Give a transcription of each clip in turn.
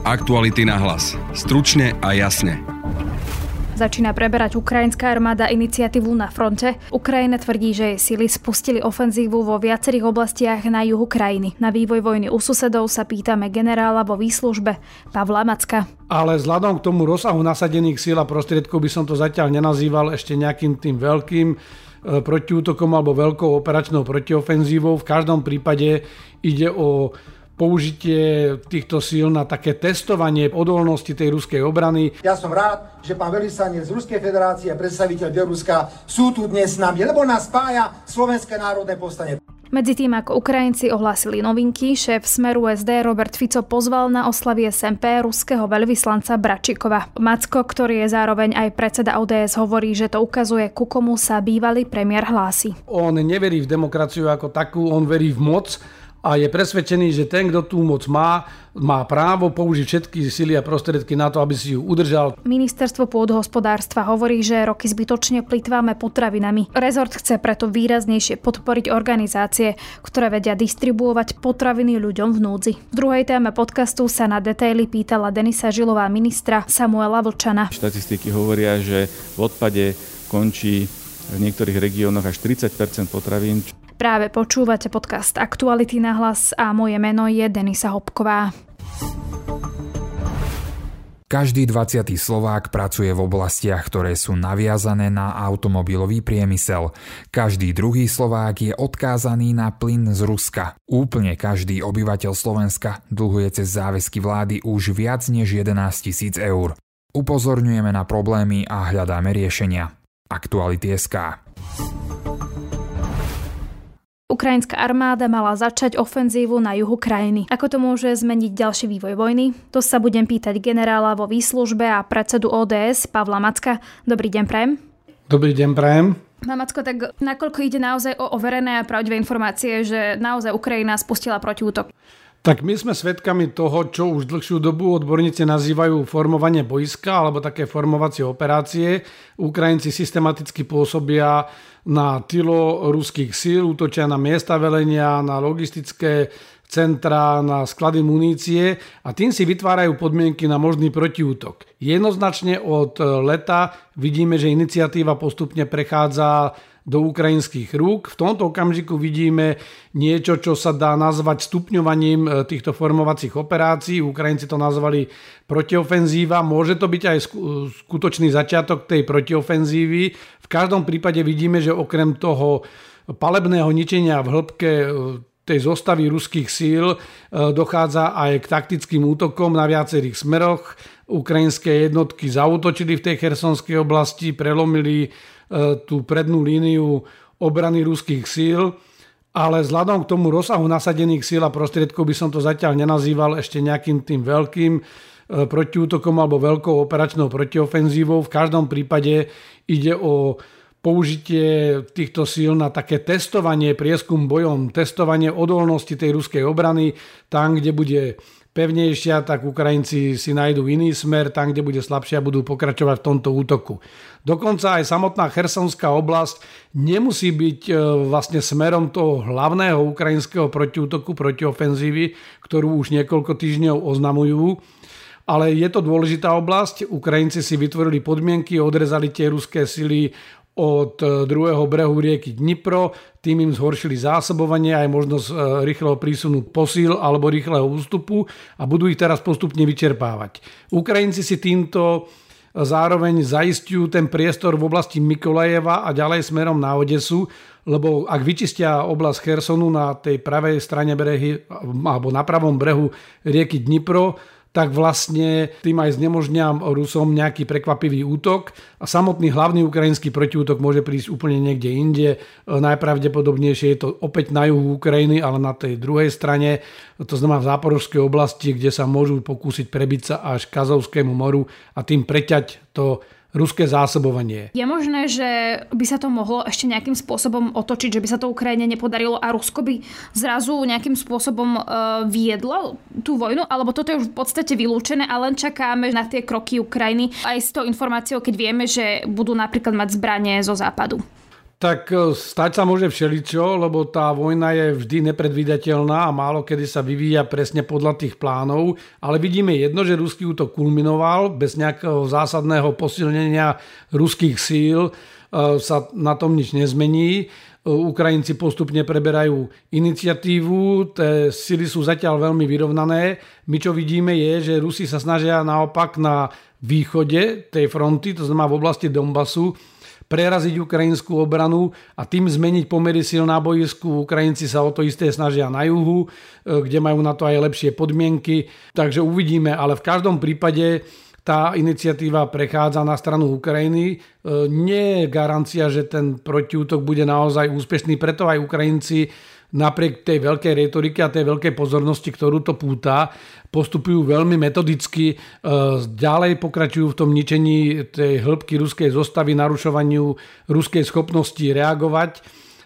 Aktuality na hlas. Stručne a jasne. Začína preberať ukrajinská armáda iniciatívu na fronte. Ukrajina tvrdí, že jej sily spustili ofenzívu vo viacerých oblastiach na juhu krajiny. Na vývoj vojny u susedov sa pýtame generála vo výslužbe Pavla Macka. Ale vzhľadom k tomu rozsahu nasadených síl a prostriedkov by som to zatiaľ nenazýval ešte nejakým tým veľkým protiútokom alebo veľkou operačnou protiofenzívou. V každom prípade ide o použitie týchto síl na také testovanie odolnosti tej ruskej obrany. Ja som rád, že pán veľvyslanec z Ruskej federácie a predstaviteľ Bieloruska sú tu dnes s nami, lebo nás spája Slovenské národné povstanie. Medzi tým, ako Ukrajinci ohlásili novinky, šéf Smeru SD Robert Fico pozval na oslavy SMP ruského veľvyslanca Bračikova. Macko, ktorý je zároveň aj predseda ODS, hovorí, že to ukazuje, ku komu sa bývalý premiér hlási. On neverí v demokraciu ako takú, on verí v moc a je presvedčený, že ten, kto tú moc má právo použiť všetky sily a prostriedky na to, aby si ju udržal. Ministerstvo pôdohospodárstva hovorí, že roky zbytočne plytváme potravinami. Rezort chce preto výraznejšie podporiť organizácie, ktoré vedia distribuovať potraviny ľuďom v núdzi. V druhej téme podcastu sa na detaily pýtala Denisa Žilová ministra Samuela Vlčana. Štatistiky hovoria, že v odpade končí v niektorých regiónoch až 30% potravín. Práve počúvate podcast Aktuality na hlas a moje meno je Denisa Hopková. Každý 20. Slovák pracuje v oblastiach, ktoré sú naviazané na automobilový priemysel. Každý druhý Slovák je odkázaný na plyn z Ruska. Úplne každý obyvateľ Slovenska dlhuje cez záväzky vlády už viac než 11 000 eur. Upozorňujeme na problémy a hľadáme riešenia. Aktuality.sk. Ukrajinská armáda mala začať ofenzívu na juhu krajiny. Ako to môže zmeniť ďalší vývoj vojny? To sa budem pýtať generála vo výslužbe a predsedu ODS Pavla Macka. Dobrý deň, prajem. Dobrý deň, prajem. Pán Macko, tak nakoľko ide naozaj o overené a pravdivé informácie, že naozaj Ukrajina spustila protiútok? Tak my sme svedkami toho, čo už dlhšiu dobu odborníci nazývajú formovanie boiska alebo také formovacie operácie. Ukrajinci systematicky pôsobia na tylo ruských síl, útočia na miesta velenia, na logistické centrá, na sklady munície a tým si vytvárajú podmienky na možný protiútok. Jednoznačne od leta vidíme, že iniciatíva postupne prechádza do ukrajinských rúk. V tomto okamžiku vidíme niečo, čo sa dá nazvať stupňovaním týchto formovacích operácií. Ukrajinci to nazvali protiofenzíva. Môže to byť aj skutočný začiatok tej protiofenzívy. V každom prípade vidíme, že okrem toho palebného ničenia v hĺbke tej zostavy ruských síl dochádza aj k taktickým útokom na viacerých smeroch. Ukrajinské jednotky zaútočili v tej chersonskej oblasti, prelomili tú prednú líniu obrany ruských síl, ale vzhľadom k tomu rozsahu nasadených síl a prostriedkov by som to zatiaľ nenazýval ešte nejakým tým veľkým protiútokom alebo veľkou operačnou protiofenzívou. V každom prípade ide o použitie týchto síl na také testovanie, prieskum bojom, testovanie odolnosti tej ruskej obrany. Tam, kde bude pevnejšia, tak Ukrajinci si nájdú iný smer, tam, kde bude slabšia, budú pokračovať v tomto útoku. Dokonca aj samotná chersonská oblasť nemusí byť vlastne smerom toho hlavného ukrajinského protiútoku, protiofenzívy, ktorú už niekoľko týždňov oznamujú. Ale je to dôležitá oblasť. Ukrajinci si vytvorili podmienky, odrezali tie ruské sily od druhého brehu rieky Dnipro, tým im zhoršili zásobovanie aj možnosť rýchleho prísunu posíl alebo rýchleho ústupu a budú ich teraz postupne vyčerpávať. Ukrajinci si týmto zároveň zaistujú ten priestor v oblasti Mykolajeva a ďalej smerom na Odesu, lebo ak vyčistia oblasť Chersonu na tej pravej strane brehy alebo na pravom brehu rieky Dnipro, tak vlastne tým aj znemožnia Rusom nejaký prekvapivý útok a samotný hlavný ukrajinský protiútok môže prísť úplne niekde inde. Najpravdepodobnejšie je to opäť na juhu Ukrajiny, ale na tej druhej strane, to znamená v Záporožskej oblasti, kde sa môžu pokúsiť prebiť sa až k Azovskému moru a tým preťať to ruské zásobovanie. Je možné, že by sa to mohlo ešte nejakým spôsobom otočiť, že by sa to Ukrajine nepodarilo a Rusko by zrazu nejakým spôsobom viedlo tú vojnu? Alebo toto je už v podstate vylúčené a len čakáme na tie kroky Ukrajiny aj s tou informáciou, keď vieme, že budú napríklad mať zbranie zo západu? Tak stať sa môže všeličo, lebo tá vojna je vždy nepredvídateľná a málo kedy sa vyvíja presne podľa tých plánov, ale vidíme jedno, že ruský útok kulminoval, bez nejakého zásadného posilnenia ruských síl sa na tom nič nezmení. Ukrajinci postupne preberajú iniciatívu, tie sily sú zatiaľ veľmi vyrovnané. My čo vidíme je, že Rusi sa snažia naopak na východe tej fronty, to znamená v oblasti Donbasu, preraziť ukrajinskú obranu a tým zmeniť pomery síl na bojisku. Ukrajinci sa o to isté snažia na juhu, kde majú na to aj lepšie podmienky. Takže uvidíme, ale v každom prípade tá iniciatíva prechádza na stranu Ukrajiny. Nie je garancia, že ten protiútok bude naozaj úspešný, preto aj Ukrajinci napriek tej veľkej retorike a tej veľkej pozornosti, ktorú to púta, postupujú veľmi metodicky, ďalej pokračujú v tom ničení tej hĺbky ruskej zostavy, narušovaniu ruskej schopnosti reagovať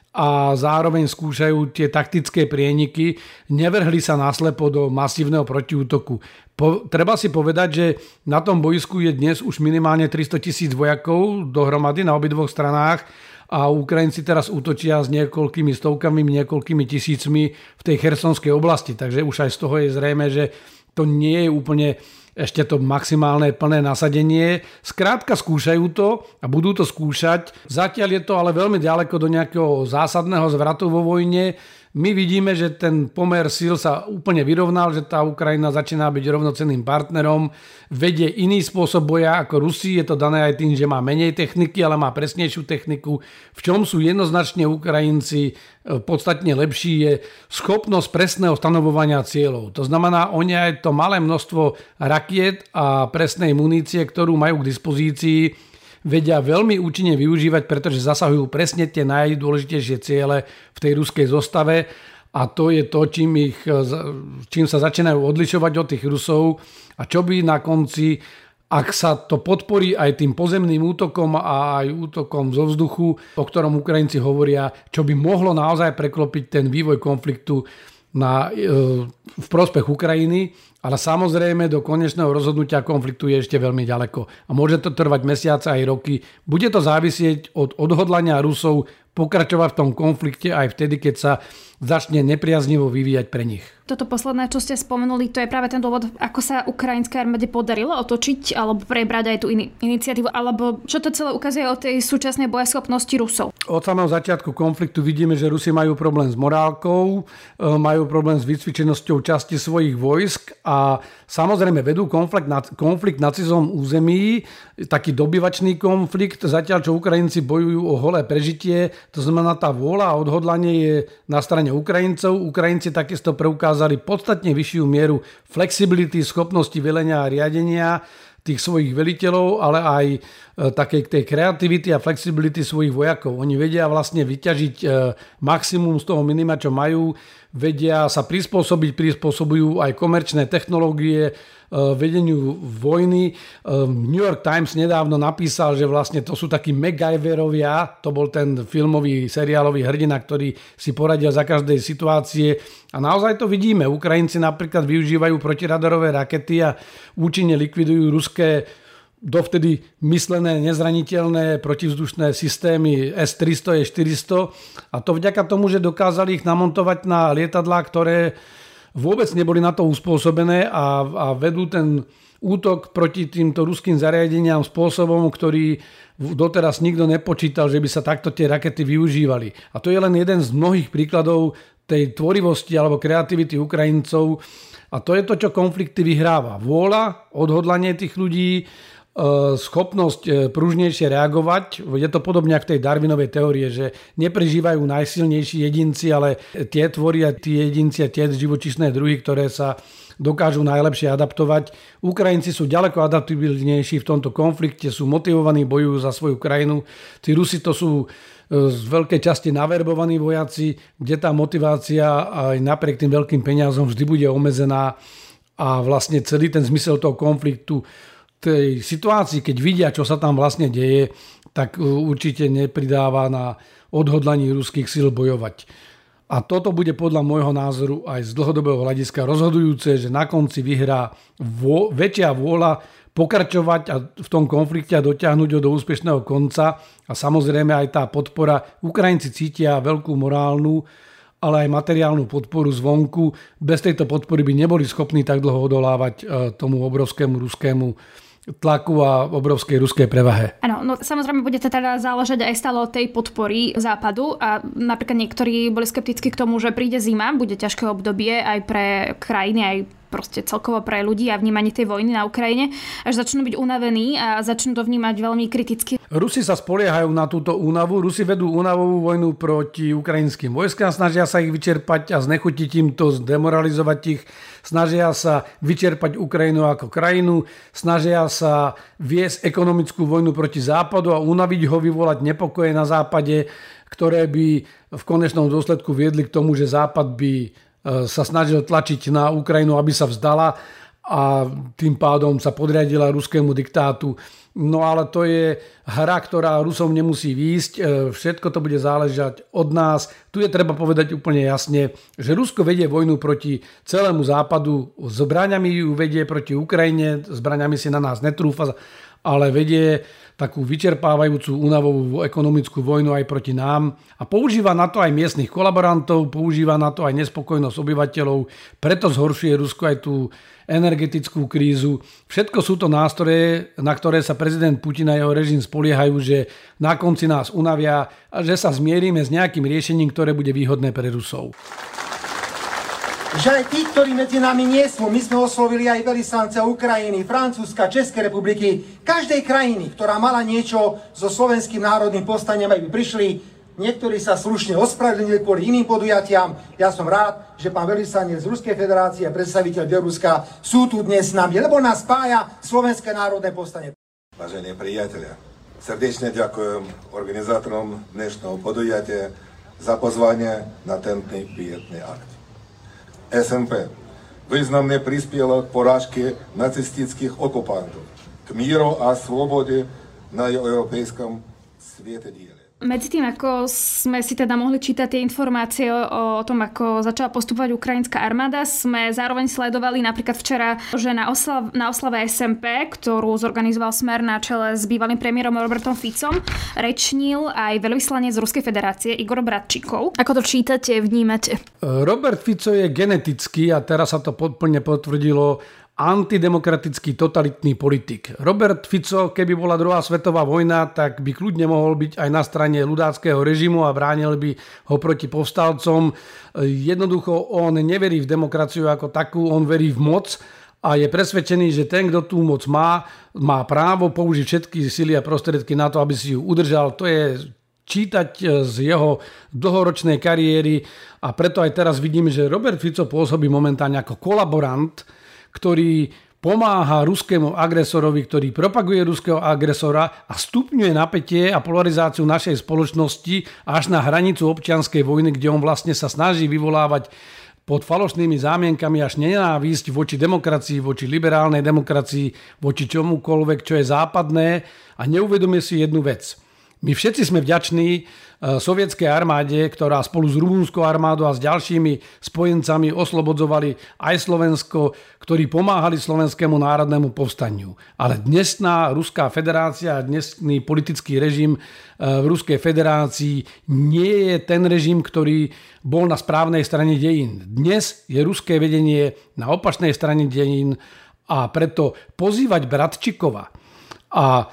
a zároveň skúšajú tie taktické prieniky, nevrhli sa naslepo do masívneho protiútoku. Treba si povedať, že na tom bojsku je dnes už minimálne 300 000 vojakov dohromady na obidvoch stranách a Ukrajinci teraz útočia s niekoľkými stovkami, niekoľkými tisícmi v tej chersonskej oblasti. Takže už aj z toho je zrejme, že to nie je úplne ešte to maximálne plné nasadenie. Skrátka skúšajú to a budú to skúšať. Zatiaľ je to ale veľmi ďaleko do nejakého zásadného zvratu vo vojne. My vidíme, že ten pomer síl sa úplne vyrovnal, že tá Ukrajina začína byť rovnocenným partnerom, vedie iný spôsob boja ako Rusi, je to dané aj tým, že má menej techniky, ale má presnejšiu techniku. V čom sú jednoznačne Ukrajinci podstatne lepší, je schopnosť presného stanovovania cieľov. To znamená, oni aj to malé množstvo rakiet a presnej munície, ktorú majú k dispozícii, vedia veľmi účinne využívať, pretože zasahujú presne tie najdôležitejšie ciele v tej ruskej zostave a to je to, čím sa začínajú odlišovať od tých Rusov a čo by na konci, ak sa to podporí aj tým pozemným útokom a aj útokom zo vzduchu, o ktorom Ukrajinci hovoria, čo by mohlo naozaj preklopiť ten vývoj konfliktu v prospech Ukrajiny, ale samozrejme do konečného rozhodnutia konfliktu je ešte veľmi ďaleko. A môže to trvať mesiace aj roky. Bude to závisieť od odhodlania Rusov pokračovať v tom konflikte aj vtedy, keď sa začne nepriaznivo vyvíjať pre nich. Toto posledné, čo ste spomenuli, to je práve ten dôvod, ako sa ukrajinskej armáde podarilo otočiť alebo prebrať aj tú iniciatívu, alebo čo to celé ukazuje o tej súčasnej bojaschopnosti Rusov? Od samého začiatku konfliktu vidíme, že Rusi majú problém s morálkou, majú problém s vycvičenosťou časti svojich vojsk a samozrejme vedú konflikt na cizom území, taký dobyvačný konflikt, zatiaľ čo Ukrajinci bojujú o holé prežitie, to znamená tá vôľa a odhodlanie je na strane Ukrajincov. Ukrajinci takisto preukázali podstatne vyššiu mieru flexibility, schopnosti velenia a riadenia tých svojich veliteľov, ale aj takej tej kreativity a flexibility svojich vojakov. Oni vedia vlastne vyťažiť maximum z toho minima, čo majú, vedia sa prispôsobujú aj komerčné technológie vedeniu vojny. New York Times nedávno napísal, že vlastne to sú takí MacGyverovia, to bol ten filmový, seriálový hrdina, ktorý si poradil za každej situácie. A naozaj to vidíme. Ukrajinci napríklad využívajú protiradarové rakety a účinne likvidujú ruské dovtedy myslené nezraniteľné protivzdušné systémy S-300, S-400 a to vďaka tomu, že dokázali ich namontovať na lietadlá, ktoré vôbec neboli na to uspôsobené a vedú ten útok proti týmto ruským zariadeniam spôsobom, ktorý doteraz nikto nepočítal, že by sa takto tie rakety využívali. A to je len jeden z mnohých príkladov tej tvorivosti alebo kreativity Ukrajincov a to je to, čo konflikty vyhráva. Vôľa, odhodlanie tých ľudí, schopnosť pružnejšie reagovať. Je to podobne ako v tej Darwinovej teórie, že neprežívajú najsilnejší jedinci, ale tie tvoria tie jedinci a tie živočíšne druhy, ktoré sa dokážu najlepšie adaptovať. Ukrajinci sú ďaleko adaptabilnejší v tomto konflikte, sú motivovaní, bojujú za svoju krajinu. Tí Rusi to sú z veľkej časti naverbovaní vojaci, kde tá motivácia aj napriek tým veľkým peniazom vždy bude obmedzená a vlastne celý ten zmysel toho konfliktu tej situácii, keď vidia, čo sa tam vlastne deje, tak určite nepridáva na odhodlaní ruských síl bojovať. A toto bude podľa môjho názoru aj z dlhodobého hľadiska rozhodujúce, že na konci vyhrá väčšia vôľa pokračovať a v tom konflikte a dotiahnuť ho do úspešného konca. A samozrejme aj tá podpora. Ukrajinci cítia veľkú morálnu, ale aj materiálnu podporu zvonku. Bez tejto podpory by neboli schopní tak dlho odolávať tomu obrovskému ruskému tlaku a obrovskej ruskej prevahe. Áno, no samozrejme bude to teda záležať aj stále od tej podpory Západu a napríklad niektorí boli skeptickí k tomu, že príde zima, bude ťažké obdobie aj pre krajiny, aj proste celkovo pre ľudí a vnímanie tej vojny na Ukrajine, až začnú byť unavení a začnú to vnímať veľmi kriticky. Rusi sa spoliehajú na túto únavu. Rusi vedú únavovú vojnu proti ukrajinským vojskám, snažia sa ich vyčerpať a znechutiť im to, zdemoralizovať ich, snažia sa vyčerpať Ukrajinu ako krajinu, snažia sa viesť ekonomickú vojnu proti Západu a unaviť ho, vyvolať nepokoje na Západe, ktoré by v konečnom dôsledku viedli k tomu, že Západ by sa snažil tlačiť na Ukrajinu, aby sa vzdala a tým pádom sa podriadila ruskému diktátu. No ale to je hra, ktorá Rusom nemusí výjsť. Všetko to bude záležať od nás. Tu je treba povedať úplne jasne, že Rusko vedie vojnu proti celému Západu. Zbraňami ju vedie proti Ukrajine, zbraňami si na nás netrúfa, ale vedie takú vyčerpávajúcu únavovú ekonomickú vojnu aj proti nám a používa na to aj miestnych kolaborantov, používa na to aj nespokojnosť obyvateľov, preto zhoršuje Rusko aj tú energetickú krízu. Všetko sú to nástroje, na ktoré sa prezident Putin a jeho režim spoliehajú, že na konci nás unavia a že sa zmierime s nejakým riešením, ktoré bude výhodné pre Rusov. Že aj tí, ktorí medzi nami nie sú, my sme oslovili aj veľvyslanca Ukrajiny, Francúzska, Českej republiky, každej krajiny, ktorá mala niečo so slovenským národným povstaním, aby prišli. Niektorí sa slušne ospravedlnili kvôli iným podujatiam. Ja som rád, že pán veľvyslanec z Ruskej federácie a predstaviteľ Bieloruska sú tu dnes s nami, lebo nás spája slovenské národné povstanie. Vážení priatelia, srdečne ďakujem organizátorom dnešného podujatia za pozvanie na tento pietný akt. SMP významne prispela k porážke nacistických okupantov, k míru a slobode na európejskom svetediele. Medzi tým, ako sme si teda mohli čítať tie informácie o tom, ako začala postupovať ukrajinská armáda, sme zároveň sledovali napríklad včera, že na oslave SMP, ktorú zorganizoval Smer na čele s bývalým premiérom Robertom Ficom, rečnil aj veľvyslanec z Ruskej federácie Igor Bratčíkov. Ako to čítate, vnímate? Robert Fico je genetický, a teraz sa to plne potvrdilo, antidemokratický totalitný politik. Robert Fico, keby bola druhá svetová vojna, tak by kľudne mohol byť aj na strane ľudáckeho režimu a bránil by ho proti povstalcom. Jednoducho on neverí v demokraciu ako takú, on verí v moc a je presvedčený, že ten, kto tú moc má právo použiť všetky sily a prostriedky na to, aby si ju udržal. To je čítať z jeho dlhoročnej kariéry a preto aj teraz vidíme, že Robert Fico pôsobí momentálne ako kolaborant, ktorý pomáha ruskému agresorovi, ktorý propaguje ruského agresora a stupňuje napätie a polarizáciu našej spoločnosti až na hranicu občianskej vojny, kde on vlastne sa snaží vyvolávať pod falošnými zámienkami až nenávisť voči demokracii, voči liberálnej demokracii, voči čomukoľvek, čo je západné a neuvedomuje si jednu vec. My všetci sme vďační sovietskej armáde, ktorá spolu s rumunskou armádou a s ďalšími spojencami oslobodzovali aj Slovensko, ktorí pomáhali slovenskému národnému povstaniu. Ale dnesná Ruská federácia a dnesný politický režim v Ruskej federácii nie je ten režim, ktorý bol na správnej strane dejín. Dnes je ruské vedenie na opačnej strane dejín a preto pozývať Bratčíkova a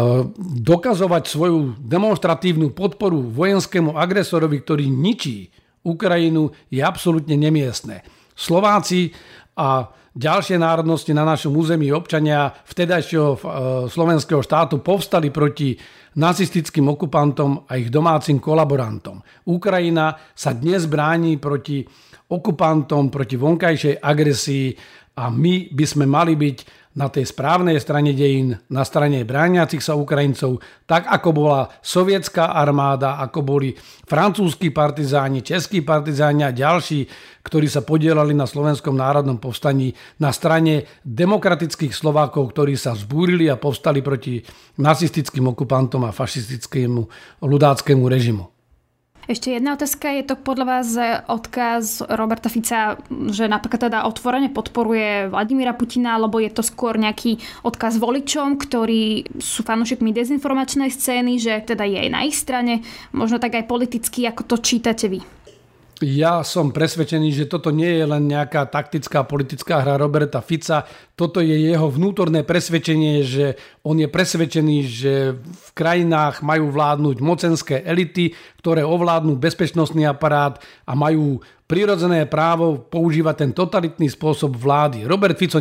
dokazovať svoju demonstratívnu podporu vojenskému agresorovi, ktorý ničí Ukrajinu, je absolútne nemiestne. Slováci a ďalšie národnosti na našom území, občania vtedajšieho slovenského štátu povstali proti nacistickým okupantom a ich domácim kolaborantom. Ukrajina sa dnes bráni proti okupantom, proti vonkajšej agresii a my by sme mali byť na tej správnej strane dejín, na strane brániacich sa Ukrajincov, tak ako bola sovietská armáda, ako boli francúzski partizáni, českí partizáni a ďalší, ktorí sa podielali na slovenskom národnom povstaní, na strane demokratických Slovákov, ktorí sa vzbúrili a povstali proti nacistickým okupantom a fašistickému ľudáckému režimu. Ešte jedna otázka, je to podľa vás odkaz Roberta Fica, že napríklad teda otvorene podporuje Vladimíra Putina, alebo je to skôr nejaký odkaz voličom, ktorí sú fanúšikmi dezinformačnej scény, že teda je aj na ich strane, možno tak aj politicky, ako to čítate vy? Ja som presvedčený, že toto nie je len nejaká taktická politická hra Roberta Fica. Toto je jeho vnútorné presvedčenie, že on je presvedčený, že v krajinách majú vládnuť mocenské elity, ktoré ovládnu bezpečnostný aparát a majú prirodzené právo používať ten totalitný spôsob vlády. Robert Fico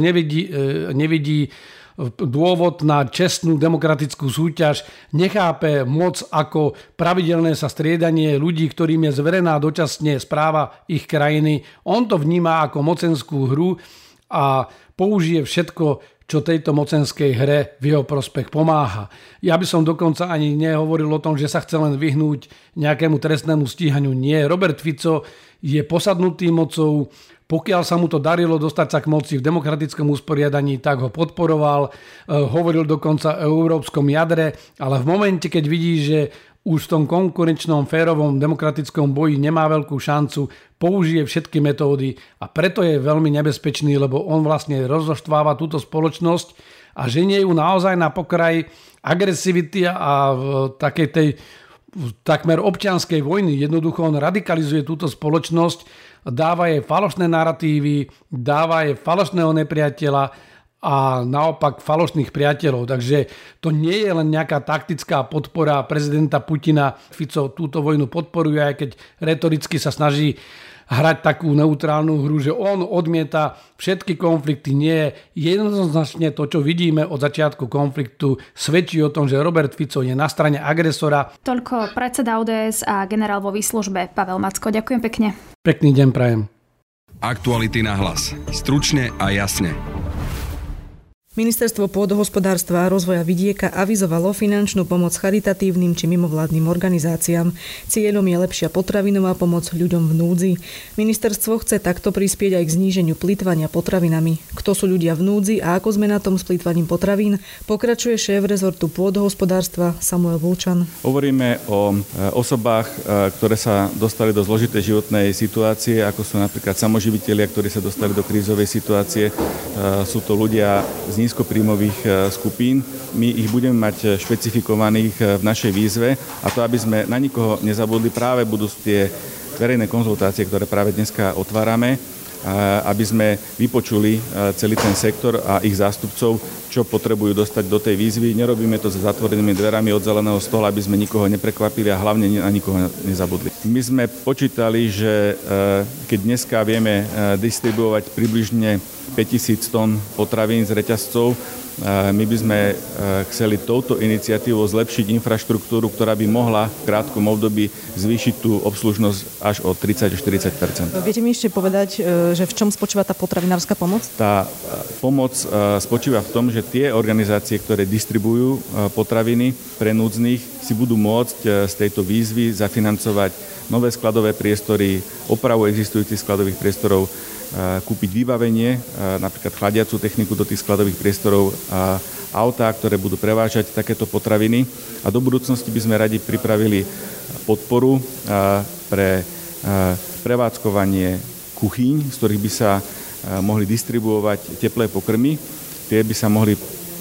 nevidí dôvod na čestnú demokratickú súťaž, nechápe moc ako pravidelné sa striedanie ľudí, ktorým je zverená dočasne správa ich krajiny. On to vníma ako mocenskú hru a použije všetko, čo tejto mocenskej hre v jeho prospech pomáha. Ja by som dokonca ani nehovoril o tom, že sa chce len vyhnúť nejakému trestnému stíhaniu. Nie, Robert Fico je posadnutý mocou. Pokiaľ sa mu to darilo dostať sa k moci v demokratickom usporiadaní, tak ho podporoval, hovoril dokonca o európskom jadre, ale v momente, keď vidí, že už v tom konkurenčnom, férovom, demokratickom boji nemá veľkú šancu, použije všetky metódy a preto je veľmi nebezpečný, lebo on vlastne rozoštváva túto spoločnosť a ženie ju naozaj na pokraj agresivity a takej tej takmer občianskej vojny. Jednoducho on radikalizuje túto spoločnosť, dáva jej falošné naratívy, dáva jej falošného nepriateľa a naopak falošných priateľov. Takže to nie je len nejaká taktická podpora prezidenta Putina. Fico túto vojnu podporuje, aj keď retoricky sa snaží hrať takú neutrálnu hru, že on odmieta všetky konflikty. Nie, jednoznačne to, čo vidíme od začiatku konfliktu, svedčí o tom, že Robert Fico je na strane agresora. Toľko predseda ODS a generál vo výslužbe Pavel Macko. Ďakujem pekne. Pekný deň prajem. Aktuality na hlas. Stručne a jasne. Ministerstvo pôdohospodárstva a rozvoja vidieka avizovalo finančnú pomoc charitatívnym či mimovládnym organizáciám. Cieľom je lepšia potravinová pomoc ľuďom v núdzi. Ministerstvo chce takto prispieť aj k zníženiu plytvania potravinami. Kto sú ľudia v núdzi a ako sme na tom s plytvaním potravín, pokračuje šéf rezortu pôdohospodárstva Samuel Vulčan. Hovoríme o osobách, ktoré sa dostali do zložitej životnej situácie, ako sú napríklad samoživitelia, ktorí sa dostali do krízovej situácie. Sú to ľudia z nízkopríjmových skupín. My ich budeme mať špecifikovaných v našej výzve a to, aby sme na nikoho nezabudli, práve budú tie verejné konzultácie, ktoré práve dneska otvárame, aby sme vypočuli celý ten sektor a ich zástupcov, čo potrebujú dostať do tej výzvy. Nerobíme to za zatvorenými dverami od zeleného stola, aby sme nikoho neprekvapili a hlavne na nikoho nezabudli. My sme počítali, že keď dneska vieme distribuovať približne 5000 tón potravín z reťazcov, my by sme chceli touto iniciatívou zlepšiť infraštruktúru, ktorá by mohla v krátkom období zvýšiť tú obslužnosť až o 30-40%. Viete mi ešte povedať, že v čom spočíva tá potravinárska pomoc? Tá pomoc spočíva v tom, že tie organizácie, ktoré distribujú potraviny pre núdznych, si budú môcť z tejto výzvy zafinancovať nové skladové priestory, opravu existujúcich skladových priestorov, kúpiť vybavenie, napríklad chladiacu techniku do tých skladových priestorov, autá, ktoré budú prevážať takéto potraviny. A do budúcnosti by sme radi pripravili podporu pre prevádzkovanie kuchyň, z ktorých by sa mohli distribuovať teplé pokrmy. Tie by sa mohli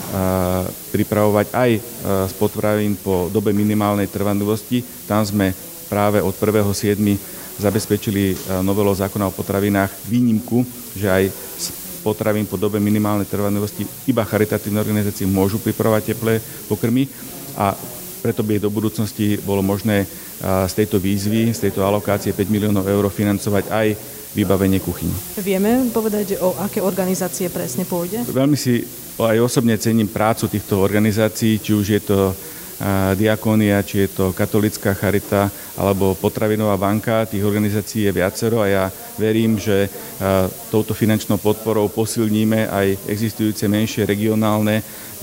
pripravovať aj z potravín po dobe minimálnej trvanlivosti. Tam sme práve od 1.7. zabezpečili novelou zákona o potravinách výnimku, že aj z potravín po dobe minimálnej trvanlivosti iba charitatívne organizácie môžu pripravovať teplé pokrmy a preto by do budúcnosti bolo možné z tejto výzvy, z tejto alokácie 5 miliónov eur financovať aj vybavenie kuchyň. Vieme povedať, o aké organizácie presne pôjde? Veľmi si aj osobne cením prácu týchto organizácií, či už je to Diakónia, či je to Katolická charita alebo Potravinová banka. Tých organizácií je viacero a ja verím, že touto finančnou podporou posilníme aj existujúce menšie regionálne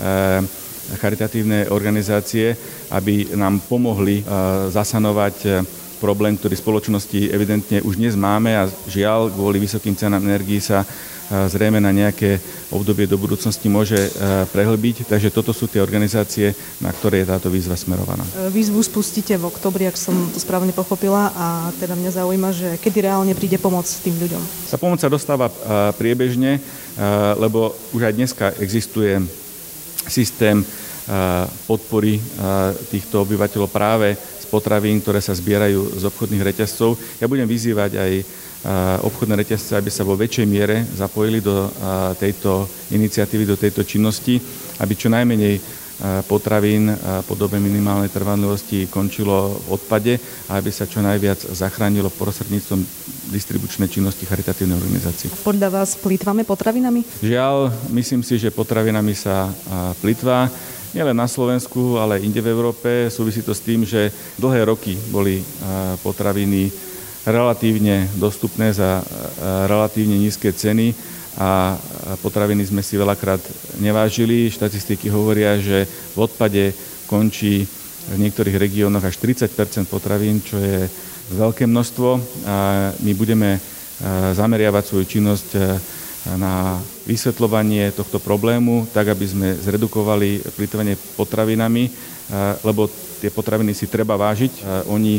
charitatívne organizácie, aby nám pomohli zasanovať problém, ktorý v spoločnosti evidentne už dnes máme a žiaľ, kvôli vysokým cenám energií sa zrejme na nejaké obdobie do budúcnosti môže prehlbiť. Takže toto sú tie organizácie, na ktoré je táto výzva smerovaná. Výzvu spustíte v októbri, ak som to správne pochopila, a teda mňa zaujíma, že kedy reálne príde pomoc tým ľuďom. Tá pomoc sa dostáva priebežne, lebo už aj dneska existuje systém podpory týchto obyvateľov práve z potravín, ktoré sa zbierajú z obchodných reťazcov. Ja budem vyzývať aj obchodné reťazce, aby sa vo väčšej miere zapojili do tejto iniciatívy, do tejto činnosti, aby čo najmenej potravín po dobe minimálnej trvanlivosti končilo v odpade a aby sa čo najviac zachránilo prostredníctvom distribučnej činnosti charitatívnej organizácie. Podľa vás plýtvame potravinami? Žiaľ, myslím si, že potravinami sa plytvá. Nielen na Slovensku, ale aj inde v Európe. Súvisí to s tým, že dlhé roky boli potraviny relatívne dostupné za relatívne nízke ceny a potraviny sme si veľakrát nevážili. Štatistiky hovoria, že v odpade končí v niektorých regiónoch až 30% potravín, čo je veľké množstvo. A my budeme zameriavať svoju činnosť na vysvetľovanie tohto problému, tak aby sme zredukovali plytvanie potravinami, lebo tie potraviny si treba vážiť. Oni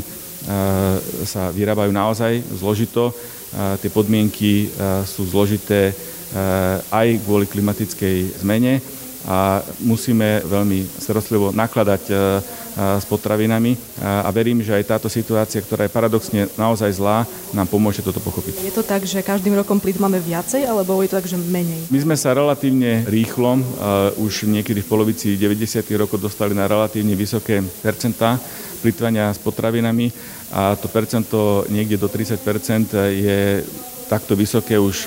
sa vyrábajú naozaj zložito. Tie podmienky sú zložité aj kvôli klimatickej zmene a musíme veľmi starostlivo nakladať s potravinami a verím, že aj táto situácia, ktorá je paradoxne naozaj zlá, nám pomôže toto pochopiť. Je to tak, že každým rokom plýtvame viacej, alebo je to tak, že menej? My sme sa relatívne rýchlo, už niekedy v polovici 90. rokov dostali na relatívne vysoké percentá plýtvania s potravinami a to percento niekde do 30% je takto vysoké už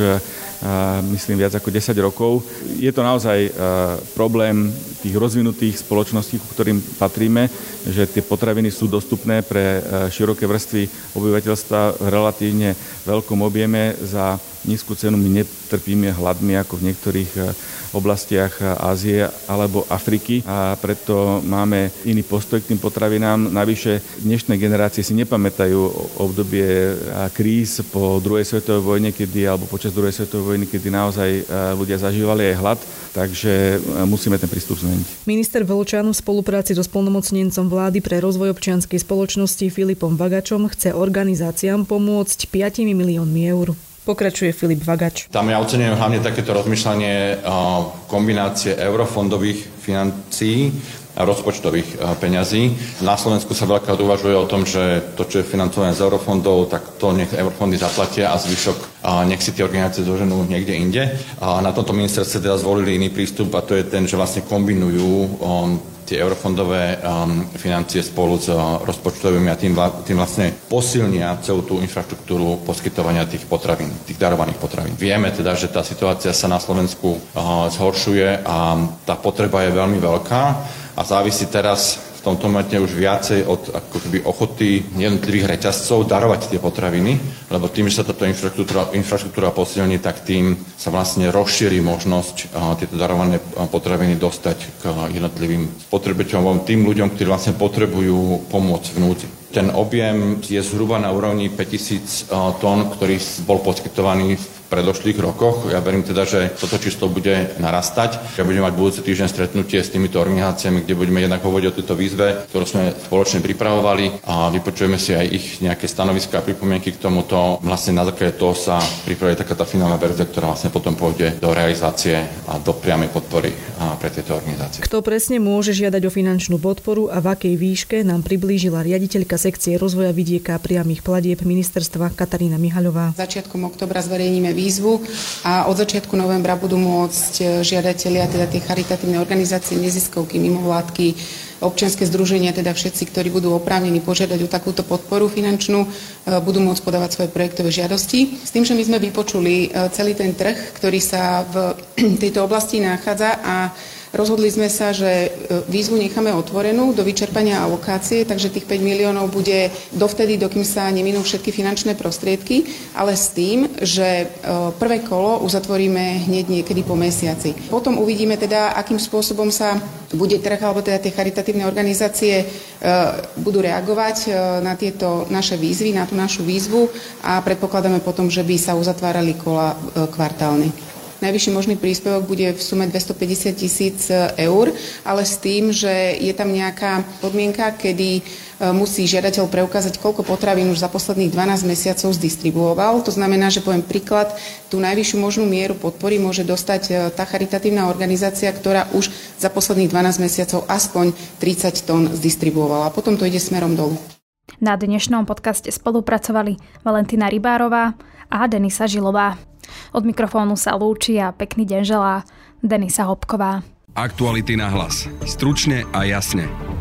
myslím viac ako 10 rokov. Je to naozaj problém tých rozvinutých spoločností, ku ktorým patríme, že tie potraviny sú dostupné pre široké vrstvy obyvateľstva v relatívne veľkom objeme za nízku cenu. My netrpíme hladmi ako v niektorých oblastiach Ázie alebo Afriky a preto máme iný postoj k tým potravinám. Navyše dnešné generácie si nepamätajú obdobie kríz po druhej svetovej vojne, alebo počas druhej svetovej vojny, kedy naozaj ľudia zažívali aj hlad, takže musíme ten prístup zmeniť. Minister Vlčan v spolupráci so splnomocnencom vlády pre rozvoj občianskej spoločnosti Filipom Vagačom chce organizáciám pomôcť 5 miliónmi eur. Pokračuje Filip Vagač. Tam ja oceňujem hlavne takéto rozmýšľanie kombinácie eurofondových financií a rozpočtových peňazí. Na Slovensku sa veľakrát uvažuje o tom, že to, čo je financované z eurofondov, tak to nech eurofondy zaplatia a zvyšok nech si tie organizácie doženú niekde inde. Na tomto ministerstve teda zvolili iný prístup a to je ten, že vlastne kombinujú tie eurofondové financie spolu s rozpočtovými a tým vlastne posilnia celú tú infraštruktúru poskytovania tých potravín, tých darovaných potravín. Vieme teda, že tá situácia sa na Slovensku zhoršuje a tá potreba je veľmi veľká a závisí teraz v tomto momente už viacej od ako keby ochoty jednotlivých reťazcov darovať tie potraviny, lebo tým, že sa táto infraštruktúra posilní, tak tým sa vlastne rozšíri možnosť tieto darované potraviny dostať k jednotlivým spotrebiteľom, tým ľuďom, ktorí vlastne potrebujú pomoc v núdzi. Ten objem je zhruba na úrovni 5000 tón, ktorý bol poskytovaný v predošlých rokoch. Ja verím teda, že toto číslo bude narastať. Ja budem mať budúci týždeň stretnutie s týmito organizáciami, kde budeme jednak hovoriť o tejto výzve, ktorú sme spoločne pripravovali a vypočujeme si aj ich nejaké stanoviská a pripomienky k tomuto. Vlastne na základe toho sa pripraví taká tá finálna verzia, ktorá vlastne potom pôjde do realizácie a do priamej podpory pre tieto organizácie. Kto presne môže žiadať o finančnú podporu a v akej výške, nám priblížila riaditeľka sekcie rozvoja vidieka a priamych platieb ministerstva Katarína Mihaľová. Začiatkom októbra zverejníme výzvu a od začiatku novembra budú môcť žiadatelia, teda tie charitatívne organizácie, neziskovky, mimovládky, občianske združenia, teda všetci, ktorí budú oprávnení požiadať o takúto podporu finančnú, budú môcť podávať svoje projektové žiadosti. S tým, že my sme vypočuli celý ten trh, ktorý sa v tejto oblasti nachádza a rozhodli sme sa, že výzvu necháme otvorenú do vyčerpania alokácie, takže tých 5 miliónov bude dovtedy, dokým sa neminú všetky finančné prostriedky, ale s tým, že prvé kolo uzatvoríme hneď niekedy po mesiaci. Potom uvidíme teda, akým spôsobom sa bude trh, alebo teda tie charitatívne organizácie budú reagovať na tieto naše výzvy, na tú našu výzvu a predpokladáme potom, že by sa uzatvárali kola kvartálne. najvyšší možný príspevok bude v sume 250 000 eur, ale s tým, že je tam nejaká podmienka, kedy musí žiadateľ preukázať, koľko potravín už za posledných 12 mesiacov zdistribuoval. To znamená, že poviem príklad, tú najvyššiu možnú mieru podpory môže dostať tá charitatívna organizácia, ktorá už za posledných 12 mesiacov aspoň 30 tón zdistribuovala. A potom to ide smerom dolu. Na dnešnom podcaste spolupracovali Valentína Rybárová a Denisa Žilová. Od mikrofónu sa lúči a pekný deň želá Denisa Hopková. Aktuality na hlas. Stručne a jasne.